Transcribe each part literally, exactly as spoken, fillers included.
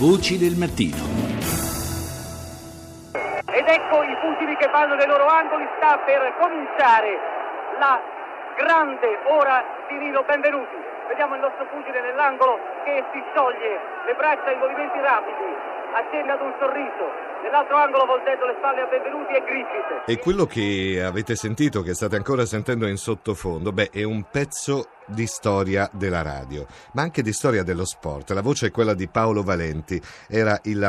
Voci del mattino. Ed ecco i pugili che vanno nei loro angoli. Sta per cominciare la grande ora di Nino Benvenuti. Vediamo il nostro pugile nell'angolo che si scioglie le braccia in movimenti rapidi, accenna ad un sorriso. Nell'altro angolo, voltendo le spalle a Benvenuti, è Griffith. E quello che avete sentito, che state ancora sentendo in sottofondo, beh, è un pezzo di storia della radio, ma anche di storia dello sport. La voce è quella di Paolo Valenti. Era il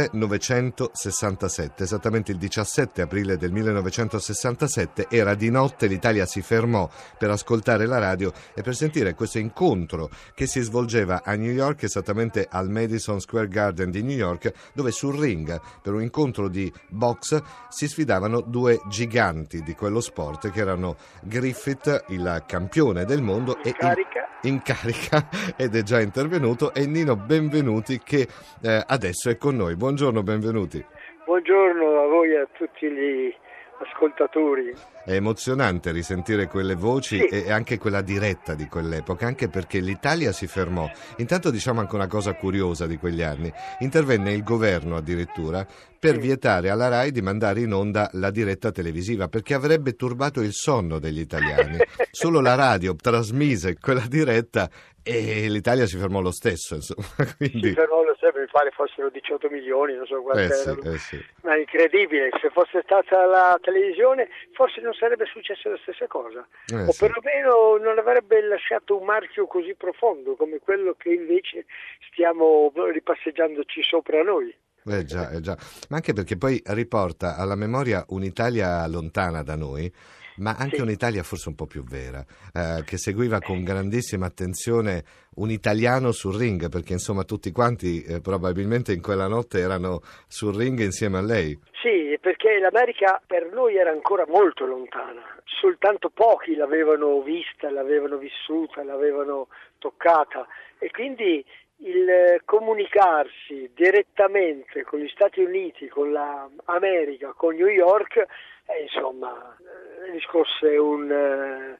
millenovecentosessantasette, esattamente il diciassette aprile del millenovecentosessantasette. Era di notte, l'Italia si fermò per ascoltare la radio e per sentire questo incontro che si svolgeva a New York, esattamente al Madison Square Garden di New York, dove sul ring, per un incontro di box, si sfidavano due giganti di quello sport, che erano Griffith, il campione del mondo, e Carica. In, in carica, ed è già intervenuto, e Nino Benvenuti, che eh, adesso è con noi. Buongiorno, benvenuti. Buongiorno a voi e a tutti gli ascoltatori. È emozionante risentire quelle voci, sì, e anche quella diretta di quell'epoca, anche perché l'Italia si fermò. Intanto diciamo anche una cosa curiosa di quegli anni. Intervenne il governo addirittura per vietare alla Rai di mandare in onda la diretta televisiva, perché avrebbe turbato il sonno degli italiani. Solo la radio trasmise quella diretta e l'Italia si fermò lo stesso, insomma. Quindi... Si fermò lo stesso, mi pare fossero diciotto milioni, non so quanto eh sì, erano. eh sì. Ma è incredibile, se fosse stata la televisione forse non sarebbe successa la stessa cosa, Eh o sì. perlomeno non avrebbe lasciato un marchio così profondo come quello che invece stiamo ripasseggiandoci sopra noi. Eh già, eh già, ma anche perché poi riporta alla memoria un'Italia lontana da noi, ma anche Sì. un'Italia forse un po' più vera, eh, che seguiva con grandissima attenzione un italiano sul ring, perché insomma tutti quanti eh, probabilmente in quella notte erano sul ring insieme a lei. Sì, perché l'America per noi era ancora molto lontana, soltanto pochi l'avevano vista, l'avevano vissuta, l'avevano toccata, e quindi il comunicarsi direttamente con gli Stati Uniti, con l'America, con New York, eh, insomma, eh, riscosse un, eh,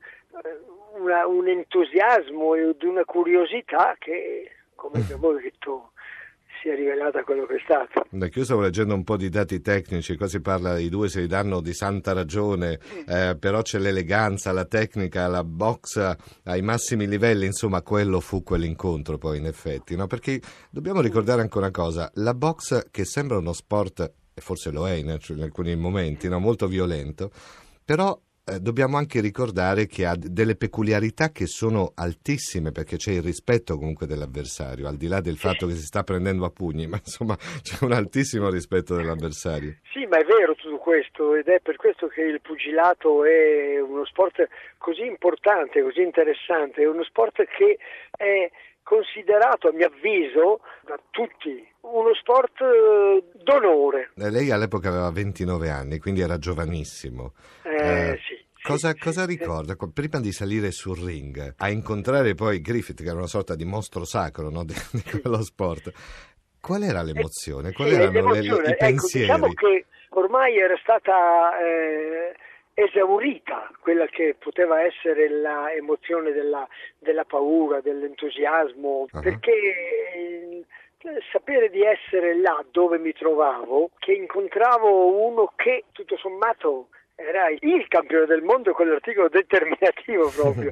una, un entusiasmo ed una curiosità che, come abbiamo detto, si è rivelata quello che è stato. Da che io stavo leggendo un po' di dati tecnici, qua si parla, i due si danno di santa ragione, eh, però c'è l'eleganza, la tecnica, la box ai massimi livelli, insomma quello fu quell'incontro poi in effetti, no? Perché dobbiamo ricordare anche una cosa, la box, che sembra uno sport, e forse lo è in, in alcuni momenti, no? Molto violento, però Eh, dobbiamo anche ricordare che ha delle peculiarità che sono altissime, perché c'è il rispetto comunque dell'avversario, al di là del fatto che si sta prendendo a pugni, ma insomma c'è un altissimo rispetto dell'avversario. Sì, ma è vero tutto questo, ed è per questo che il pugilato è uno sport così importante, così interessante, è uno sport che è considerato, a mio avviso, da tutti uno sport eh, d'onore. Eh, lei all'epoca aveva ventinove anni, quindi era giovanissimo. Eh, Eh, sì, Cosa, sì, cosa sì, ricorda? Prima di salire sul ring, a incontrare poi Griffith, che era una sorta di mostro sacro, no, di, di quello sport, qual era l'emozione? Quali sì, erano le, l'emozione. i Ecco, pensieri? diciamo che ormai era stata eh, esaurita quella che poteva essere la emozione della, della paura, dell'entusiasmo, Uh-huh. perché eh, sapere di essere là dove mi trovavo, che incontravo uno che tutto sommato era il campione del mondo con l'articolo determinativo proprio,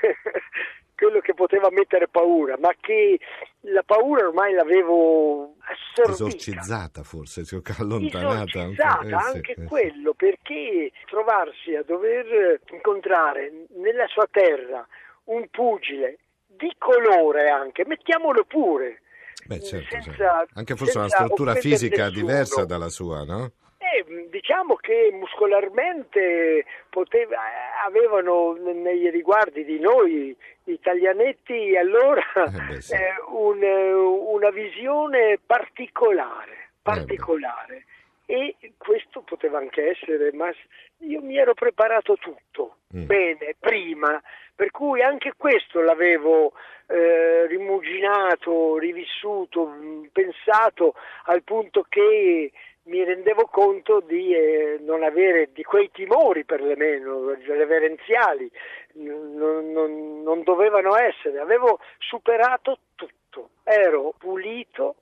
quello che poteva mettere paura, ma che la paura ormai l'avevo assorbita. Esorcizzata forse, si è allontanata. Esorcizzata, Eh, sì, anche eh, sì. quello, perché trovarsi a dover incontrare nella sua terra un pugile di colore anche, mettiamolo pure, Beh, certo, senza, certo. Anche forse una senza struttura offendere fisica nessuno. diversa dalla sua, no? Eh, diciamo che muscolarmente poteva, avevano nei riguardi di noi italianetti allora Eh beh, sì. eh, un, una visione particolare, particolare. E questo poteva anche essere, ma io mi ero preparato tutto mm. bene prima, per cui anche questo l'avevo eh, rimuginato, rivissuto, pensato, al punto che mi rendevo conto di eh, non avere di quei timori, perlomeno reverenziali, non, non, non dovevano essere. Avevo superato tutto, ero pulito,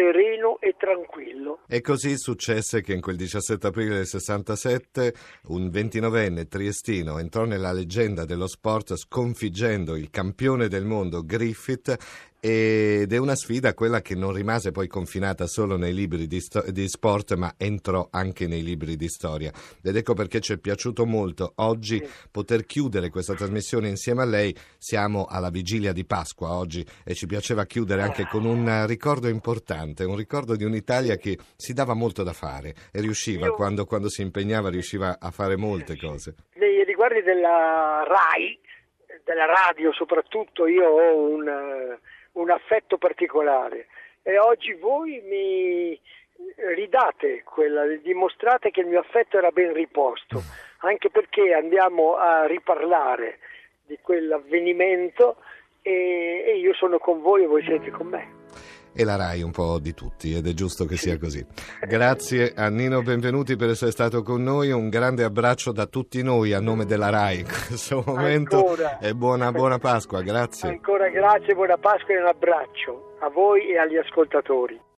sereno e tranquillo. E così successe che in quel diciassette aprile del sessantasette un ventinovenne triestino entrò nella leggenda dello sport sconfiggendo il campione del mondo Griffith, ed è una sfida quella che non rimase poi confinata solo nei libri di, sto- di sport, ma entrò anche nei libri di storia. Ed ecco perché ci è piaciuto molto oggi poter chiudere questa trasmissione insieme a lei. Siamo alla vigilia di Pasqua oggi e ci piaceva chiudere anche con un ricordo importante, un ricordo di un'Italia che si dava molto da fare e riusciva, Io... quando, quando si impegnava, riusciva a fare molte cose. Nei riguardi della RAI, della radio soprattutto, io ho un... un affetto particolare e oggi voi mi ridate quella, dimostrate che il mio affetto era ben riposto, anche perché andiamo a riparlare di quell'avvenimento e, e io sono con voi e voi siete con me. E la RAI un po' di tutti ed è giusto che sia così. Grazie a Nino Benvenuti per essere stato con noi, un grande abbraccio da tutti noi a nome della RAI in questo momento. Ancora. E buona, buona Pasqua, grazie. Ancora grazie, buona Pasqua e un abbraccio a voi e agli ascoltatori.